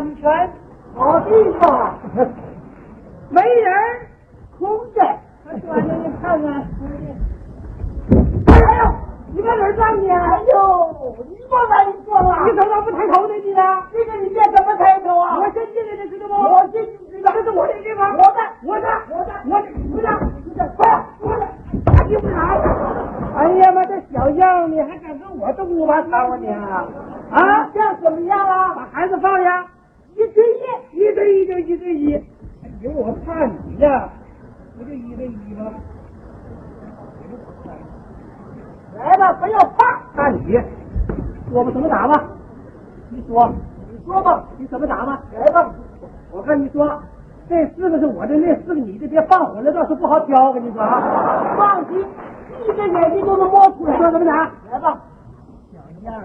安全。 好地方， 没人， 空着。 抓紧你看看。 哎呦，你在哪儿站呢？哎呦，你往哪里坐了？ 你怎么不抬头呢？你呢？ 这个里面怎么抬头啊？ 我先进来的，知道吗？ 我进去知道， 这是我的地方。 我的，快！ 你不拿！哎呀妈，这小样，你还敢跟我动武吧？吵我你啊！啊， 这样怎么样啊？ 把孩子放下，1对1，1对1就1对1。哎呦，我怕你呀，不就1对1吗？ 来吧，不要怕。 看你，我们怎么打吧？你说吧， 你怎么打吧？ 来吧。 我跟你说，这4个是我的，那4个你的，别放混了，到时候不好挑。我跟你说啊， 放心，一个眼睛都能摸出来。 说怎么打？ 来吧， 小样，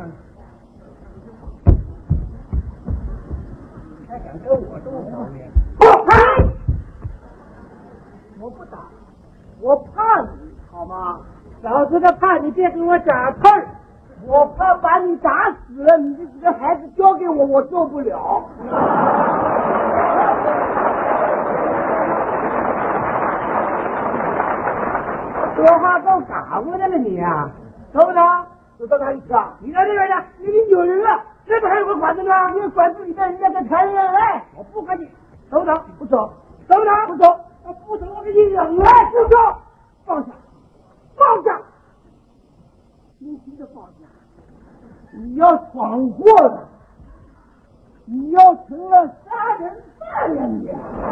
你还敢跟我动手呢？ 不怕！我不打，我怕你，好吗？ 早知道怕你，别跟我打刺儿。 我怕把你打死了，你这几个孩子交给我，我受不了。 说话够嘎巴的了你呀，瞅不瞅？ 走到哪里去啊？ 你到这边去，你有人了，这边还有个管子呢， 你管子里面人家在谈恋爱， 我不管你，走不走？ 不走， 走不走？ 不走， 不走，我给你扔了。 不走，放下，放下，轻轻的放下。你要闯祸了，你要成了杀人犯了你！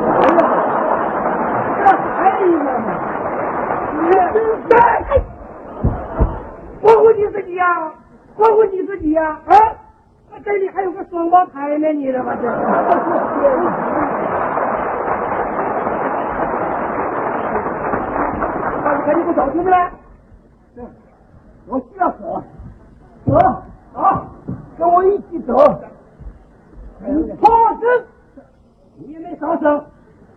这孩子们， 你真呆！ 活活你自己呀，活活你自己呀！啊，这里还有个双胞胎呢，你知道吗？这赶紧给我走，听见没？ 我需要走，走，好，跟我一起走。你放声， 你也没少声。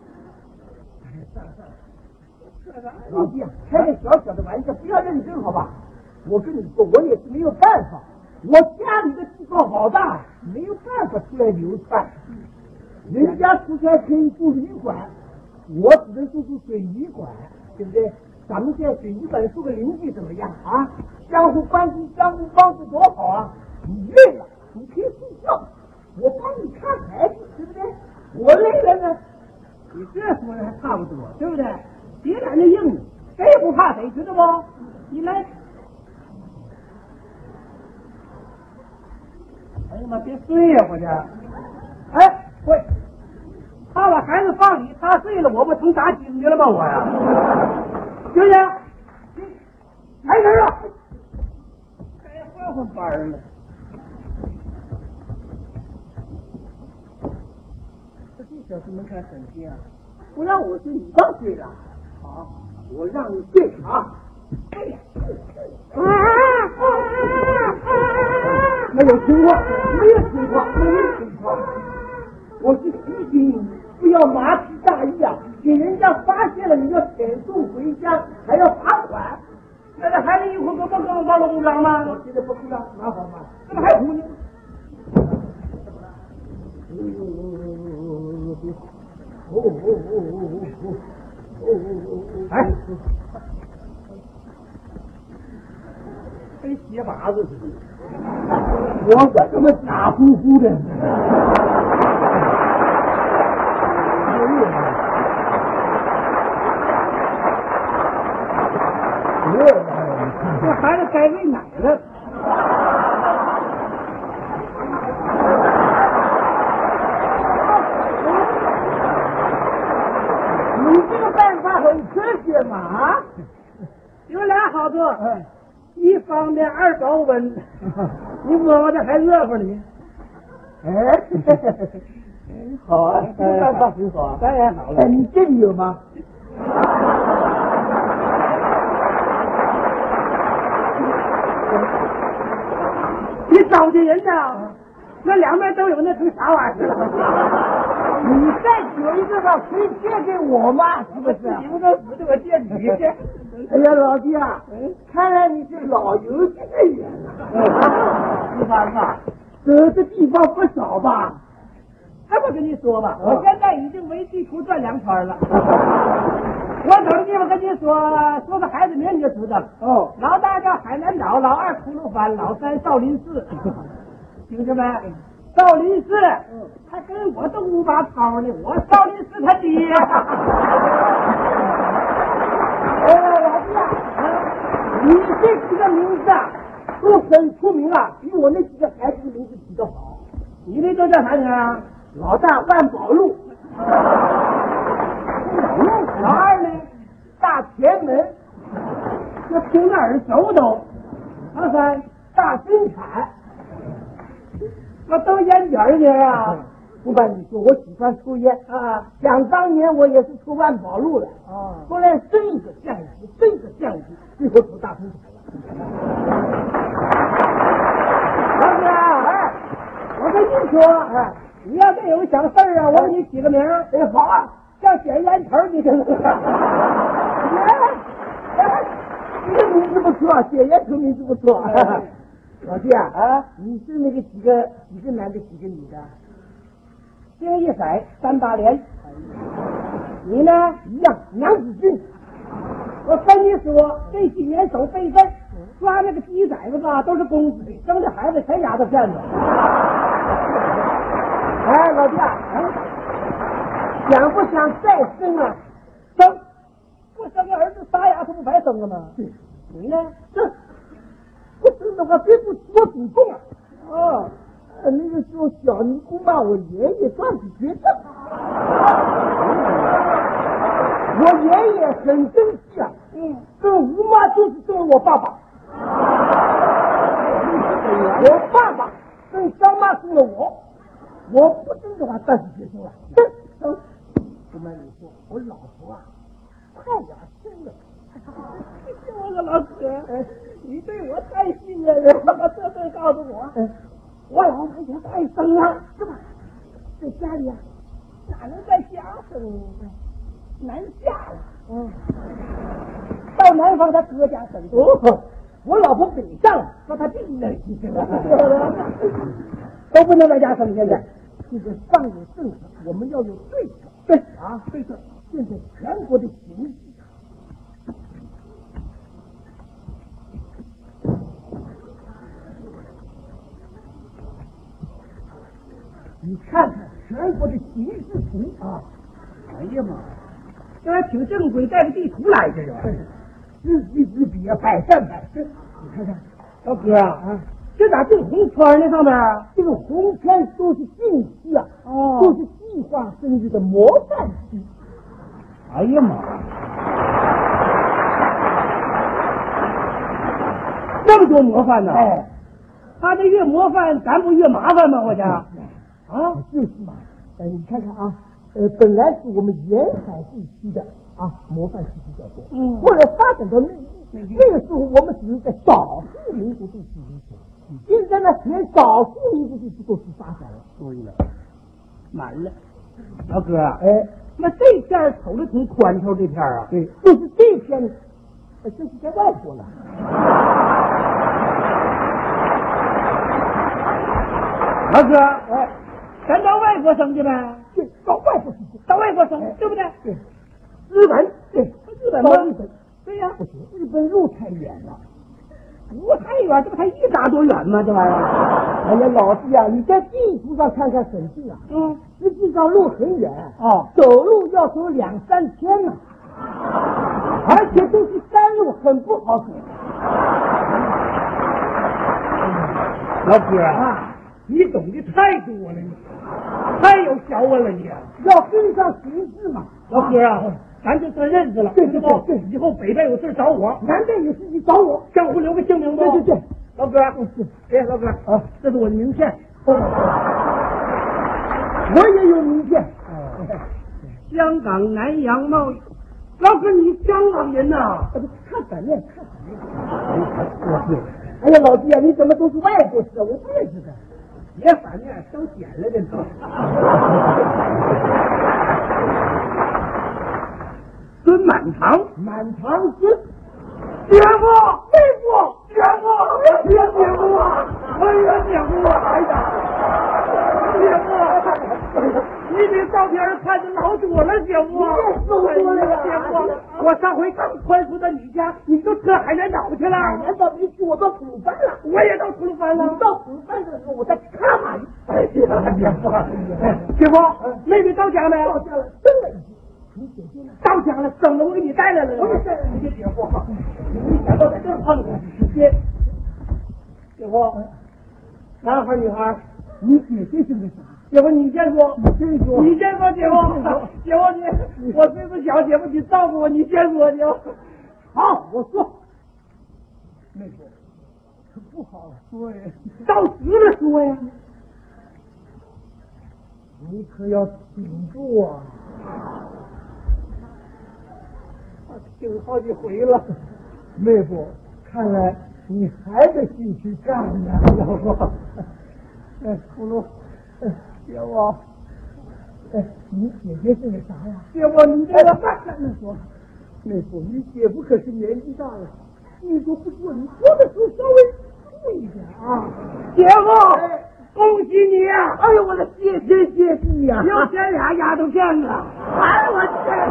老弟啊，开个小小的玩笑，不要认真，好吧？我跟你说，我也是没有办法，我家里的地方好大，没有办法出来流窜。人家出差可以住旅馆，我只能住水泥馆，对不对？咱们在水泥馆做个邻居怎么样啊？相互关心，相互帮助，多好啊！你累了，你可以睡觉，我帮你看孩子，对不对？我累了呢， 你这说的还差不多，对不对？别在那硬，谁也不怕谁，知道不？你来，哎呀妈，别睡呀，我这。哎，喂，他把孩子放里，他睡了，我不成打井去了吗？我呀，行不行？来人了，该换换班了。这小子们看神经啊！ 不让我睡，你当睡了。好，我让你睡啊！哎呀，没有情况，没有情况，没有情况。我是提醒你，不要麻痹大意啊！给人家发现了，你要遣送回家，还要罚款。 那这孩子一哭，可不跟我帮我鼓掌吗？ 我现在不哭了，蛮好嘛。 怎么还哭呢？哎，跟鞋拔子似的。 我怎么傻乎乎的？ 这孩子该喂奶了。 你这个办法很科学嘛？ 有俩好处，一方面二保温。你摸摸这还热乎呢。 哎，好啊，这个办法很好啊。 当然好了。 哎，你这里有吗？ 你找的人呐，那两边都有，那成啥玩意儿了？ 你再有一个吧，可以借给我吗？是不是？ 你不都死的，我借你去。 哎呀，老弟啊，看来你是老有这个人了。 你看看， 走的地方不少吧？ 还不跟你说吧，我现在已经围地图转2圈了。我走的地方跟你说个孩子名你就知道了。 哦， 老大叫海南岛，老二吐鲁番，老三少林寺。听着没？少林寺，他跟我都5把超呢，我少林寺他爹。 老弟啊，你这几个名字啊，都很出名啊，比我那几个孩子的名字起得好。 你那都叫啥名啊？ 老大万宝路， 老二呢？ 大前门， 那听着耳熟都。老三大生产。 我都烟卷去啊！ 不瞒你说，我喜欢抽烟啊。想当年我也是抽万宝路的啊，后来这个降级，这个降级，最后抽大生产了。 老哥，哎，我跟你说，哎，你要再有想事儿啊，我给你起个名儿。 哎，好啊， 叫显烟头，你听着。 这个名字不错，显烟头名字不错。老弟啊，你是那个几个男的，几个女的？ 星一色3八连。你呢？ 一样，娘子军。 我跟你说，这几年手背字，抓那个鸡崽子吧，都是公子，生的孩子全丫头片子。 哎，老弟啊，想不想再生啊？ 生，我生个儿子仨丫头不白生了吗？ 对， 你呢？ 生。不生的话，对不起我祖宗啊！ 哦， 那个时候小尼姑骂我爷爷断子绝孙，我爷爷很生气啊，跟吴妈就是跟我爸爸，我爸爸跟香妈生了我不生的话断子绝孙了。生，不瞒你说，我老婆啊，快点生了。 我说老哥，你对我太信任了，这告诉我，我老婆也快生了，是吧？在家里啊，哪能在家生呢？南下了，到南方他哥家生。 我老婆北上了，说她弟弟那里去生了， 都不能在家生。现在这个上有政策，我们要有对策。 对啊，对策。现在全国的形势。你看看全国的形势图啊！ 哎呀妈，这还挺正规，带个地图来着， 知己知彼啊，百战百胜。你看看， 老哥啊，这咋这红圈呢？上面这个红圈都是信息啊，都是计划生育的模范区。 哎呀妈，这么多模范呢！ 哎， 他这越模范，咱不越麻烦吗？我家。 啊，就是嘛，你看看啊，本来是我们沿海地区的啊模范区比较多，后来发展到那个时候，我们只是在少数民族地区里头，现在呢，连少数民族地区都是发展了。 对了，满了，老哥， 哎， 那这片瞅着挺宽敞，这片啊， 对，就是这片，这是在外国了。 老哥，哎。咱到外国生去呗？ 对，到外国生， 到外国生，对不对？ 对，日本，对， 日本到日本， 对呀。 不行，日本路太远了， 路太远，这不才1打多远吗？这玩意儿。 哎呀，老弟啊，你在地图上看看很近啊，实际上路很远走路要走2、3天呢，而且都是山路，很不好走。 老哥啊，你懂得太多了，你太有学问了，你要跟上形势嘛。 老哥啊，咱就算认识了， 对， 以后北边有事找我， 南边有事你找我， 相互留个姓名吧。 对， 老哥，哎，老哥啊，这是我的名片， 我也有名片， 香港南洋贸易。老哥，你香港人呐？ 看反面，看反面。哎呀，老弟啊，你怎么都是外国事啊？我不认识的。 别反面，都剪了这都。孙满堂， 满堂孙， 姐夫，姐夫啊！哎呀，姐夫啊！哎呀，姐夫！ 这照片看的老多了，姐夫。 多了呀， 姐夫，我上回刚传出到你家，你就吃海南岛去了。 海南岛没去，我到吐鲁番了。 我也到吐鲁番了。 你到吐鲁番的时候，我再看看。 哎呀，姐夫，姐夫，妹妹到家没？ 到家了，生了已经。你姐姐呢？ 到家了，生了，我给你带来了。 我给带来了， 姐夫，你想到在这碰着，姐夫，男孩女孩？ 你姐姐是个啥？ 姐夫，你先说。 你先说。 你先说，姐夫。姐夫，我岁数小，姐夫你照顾我，你先说，姐夫。 好，我说。妹夫，可不好说呀。 照实了说呀。 你可要顶住啊！ 听好几回了。 妹夫，看来你还得继续干呢，要不？葫芦，姐夫，你姐姐是个啥呀？ 姐夫，你这个慢说。妹夫，你姐夫可是年纪大了，你说不说，你说的时候稍微注意点啊。 姐夫，恭喜你呀！ 哎呦，我的谢你呀！ 又捡俩丫头片子。 哎，我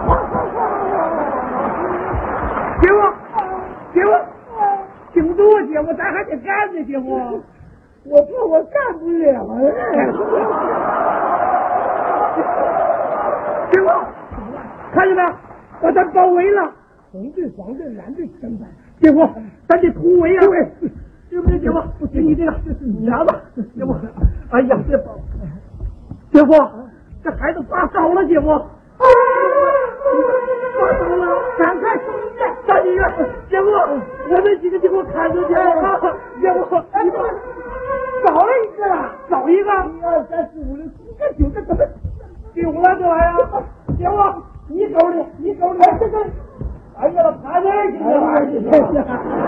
姐夫，挺多，姐夫，咱还得干呢，姐夫。 我怕我干不了哎。 姐夫，看见没？把咱包围了。 红队、黄队、蓝队争战。 姐夫，咱得突围啊！ 对不对，姐夫？ 不行，你这个， 你拿吧， 姐夫。哎呀，别包。姐夫，这孩子发烧了，姐夫。发烧了，赶快送医院，上医院。姐夫，我们几个就给我看着去。姐夫，你把少了一个了，少一个。 1、2、3、4、5、6、7、8、9个怎么丢了这玩意儿？姐夫，你手里，哎，这个，哎呀，爬这儿去了，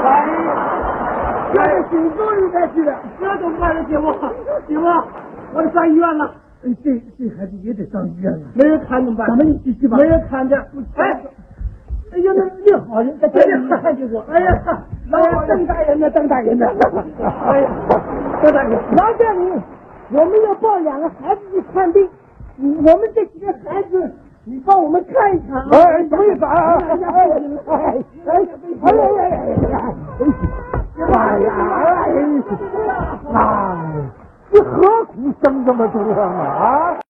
这个挺多人才去的， 这怎么办呢？姐夫，我得上医院了。 这孩子也得上医院了， 没人看怎么办？ 咱们一起去吧。 没人看着。哎呀，那好人在这里看见我。 哎呀，邓大人呢？哎呀，邓大人， 劳驾你，我们要抱2个孩子去看病，我们这几个孩子，你帮我们看一看啊。什么意思啊？这何苦生这么多啊？